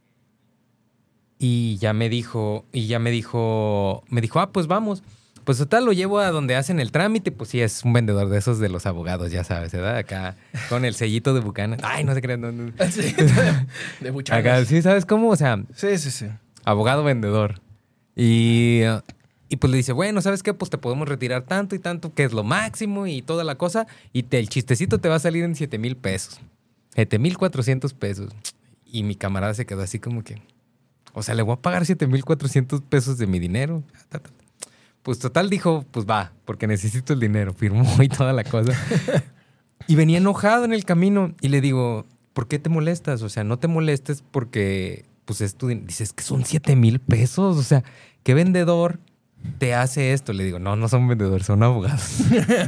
y ya me dijo, y ya me dijo, me dijo, ah, pues vamos. Pues total, lo llevo a donde hacen el trámite, pues sí, es un vendedor de esos de los abogados, ya sabes, ¿verdad? Acá, con el sellito de Buchanan. Ay, no se crean. No, no. Sí, de buchanas. Acá, sí, ¿sabes cómo? O sea, Sí, sí, sí. abogado vendedor. Y, uh, y pues le dice, bueno, ¿sabes qué? Pues te podemos retirar tanto y tanto, que es lo máximo y toda la cosa. Y te, el chistecito te va a salir en siete mil pesos. siete mil cuatrocientos pesos. Y mi camarada se quedó así como que, o sea, le voy a pagar siete mil cuatrocientos pesos de mi dinero. Ta, ta, ta. Pues total dijo, pues va, porque necesito el dinero. Firmó y toda la cosa. Y venía enojado en el camino y le digo, ¿por qué te molestas? O sea, no te molestes porque, pues es tu dinero. Dices que son siete mil pesos. O sea, ¿qué vendedor te hace esto? Le digo, no, no son vendedores, son abogados.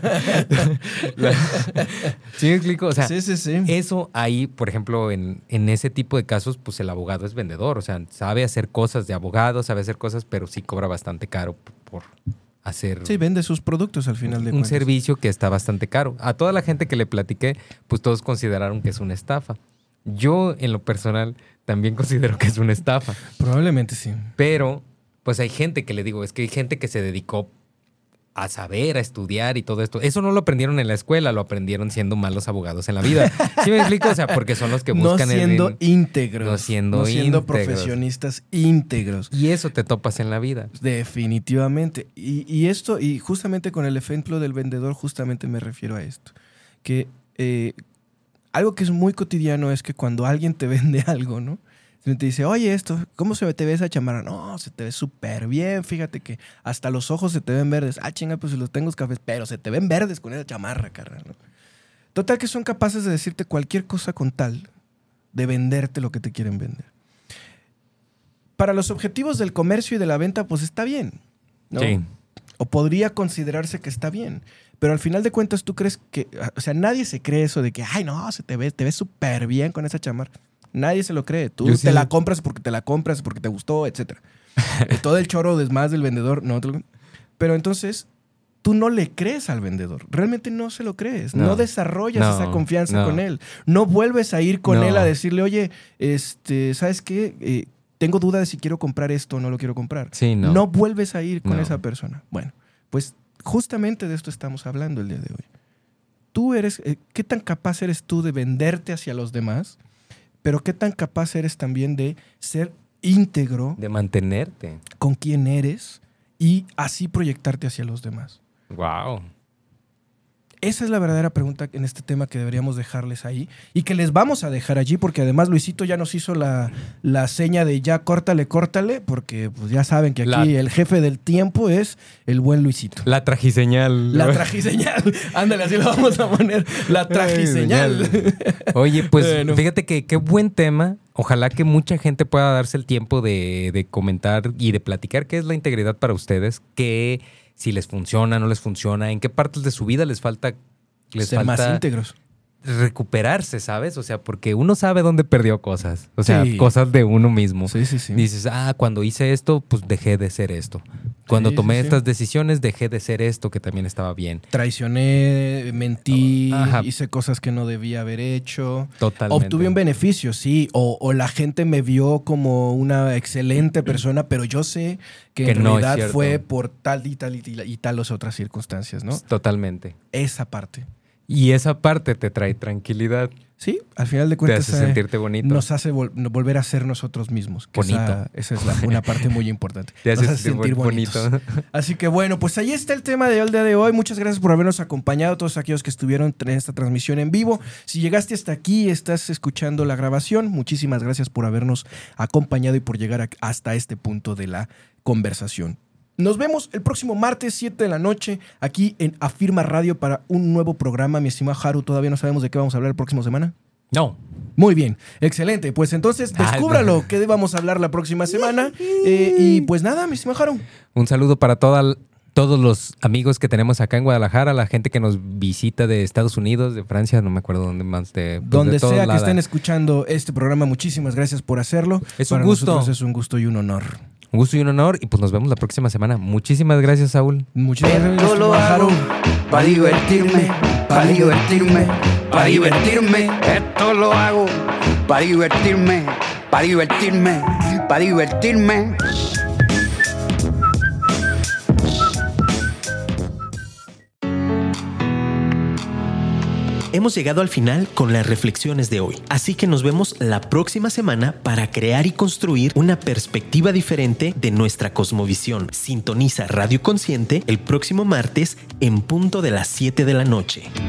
La- ¿Sí me explico? O sea, sí, sí, sí. eso ahí, por ejemplo, en, en ese tipo de casos, pues el abogado es vendedor. O sea, sabe hacer cosas de abogado, sabe hacer cosas, pero sí cobra bastante caro p- por hacer Sí, vende sus productos al final de un cuentas. servicio que está bastante caro. A toda la gente que le platiqué, pues todos consideraron que es una estafa. Yo, en lo personal, también considero que es una estafa. Probablemente sí. Pero, pues hay gente que le digo, es que hay gente que se dedicó a saber, a estudiar y todo esto. Eso no lo aprendieron en la escuela, lo aprendieron siendo malos abogados en la vida. ¿Sí me explico? O sea, porque son los que No buscan el siendo din- íntegros. No siendo No siendo íntegros. profesionistas íntegros. Y eso te topas en la vida. Definitivamente. Y, y esto, y justamente con el ejemplo del vendedor, justamente me refiero a esto. Que eh, algo que es muy cotidiano es que cuando alguien te vende algo, ¿no? Te dice, oye, esto, ¿cómo se te ve esa chamarra? No, se te ve súper bien, fíjate que hasta los ojos se te ven verdes. Ah, chinga, pues si los tengo cafés, pero se te ven verdes con esa chamarra, carnal, ¿no? Total que son capaces de decirte cualquier cosa con tal de venderte lo que te quieren vender. Para los objetivos del comercio y de la venta, pues está bien, ¿no? Sí. O podría considerarse que está bien. Pero al final de cuentas, tú crees que... O sea, nadie se cree eso de que, ay, no, se te ve, te ves súper bien con esa chamarra. Nadie se lo cree. Tú Yo te sí. la compras porque te la compras, porque te gustó, etcétera. eh, todo el choro de más del vendedor, no te lo... Pero entonces tú no le crees al vendedor, realmente no se lo crees, no, No. desarrollas No. esa confianza No. con él, no vuelves a ir con No. él a decirle, oye, este, ¿sabes qué? Eh, tengo duda de si quiero comprar esto o no lo quiero comprar. Sí, no. No vuelves a ir con No. esa persona. Bueno, pues justamente de esto estamos hablando el día de hoy. Tú eres, eh, ¿qué tan capaz eres tú de venderte hacia los demás? Pero ¿qué tan capaz eres también de ser íntegro De mantenerte. con quién eres y así proyectarte hacia los demás? Wow. Esa es la verdadera pregunta en este tema que deberíamos dejarles ahí y que les vamos a dejar allí porque además Luisito ya nos hizo la, la seña de ya córtale, córtale, porque pues ya saben que aquí La- el jefe del tiempo es el buen Luisito. La trajiseñal. La trajiseñal. Ándale, así lo vamos a poner. La trajiseñal. Oye, pues Bueno. fíjate que qué buen tema. Ojalá que mucha gente pueda darse el tiempo de, de comentar y de platicar qué es la integridad para ustedes, qué, si les funciona, no les funciona, en qué partes de su vida les falta, les Ser más falta íntegros. recuperarse, ¿sabes? O sea, porque uno sabe dónde perdió cosas. O sea, Sí. cosas de uno mismo. Sí, sí, sí. Dices, ah, cuando hice esto, pues dejé de ser esto. Cuando Sí, tomé sí, sí. estas decisiones, dejé de ser esto, que también estaba bien. Traicioné, mentí, Ajá. hice cosas que no debía haber hecho. Totalmente. Obtuve un beneficio, sí. O, o la gente me vio como una excelente persona, pero yo sé que, Que en no es realidad cierto. fue por tal y tal y, tal y tal otras circunstancias, ¿no? Totalmente. Esa parte. Y esa parte te trae tranquilidad. Sí, al final de Te cuentas hace eh, sentirte bonito. nos hace vol- volver a ser nosotros mismos. Que Bonito. Esa, esa es la- una parte muy importante. Te hace Nos hace sentir sentir muy bonitos. bonito. Así que bueno, pues ahí está el tema del día de hoy. Muchas gracias por habernos acompañado, todos aquellos que estuvieron en esta transmisión en vivo. Si llegaste hasta aquí y estás escuchando la grabación, muchísimas gracias por habernos acompañado y por llegar a- hasta este punto de la conversación. Nos vemos el próximo martes, siete de la noche, aquí en Afirma Radio para un nuevo programa. Mi estimado Haru, todavía no sabemos de qué vamos a hablar la próxima semana. No. Muy bien, excelente. Pues entonces, Ah, descúbralo, qué vamos a hablar la próxima semana. Eh, y pues nada, mi estimado Haru. Un saludo para toda, todos los amigos que tenemos acá en Guadalajara, la gente que nos visita de Estados Unidos, de Francia, no me acuerdo dónde más. De, pues, Donde de todos sea que lados. estén escuchando este programa, muchísimas gracias por hacerlo. Es un Para gusto. nosotros es un gusto y un honor. Un gusto y un honor. Y pues nos vemos la próxima semana. Muchísimas gracias, Saúl. Muchísimas gracias, Esto lo estimado hago Haru. para divertirme, para divertirme, para divertirme. Esto lo hago para divertirme, para divertirme, para divertirme. Hemos llegado al final con las reflexiones de hoy, así que nos vemos la próxima semana para crear y construir una perspectiva diferente de nuestra cosmovisión. Sintoniza Radio Consciente el próximo martes en punto de las siete de la noche.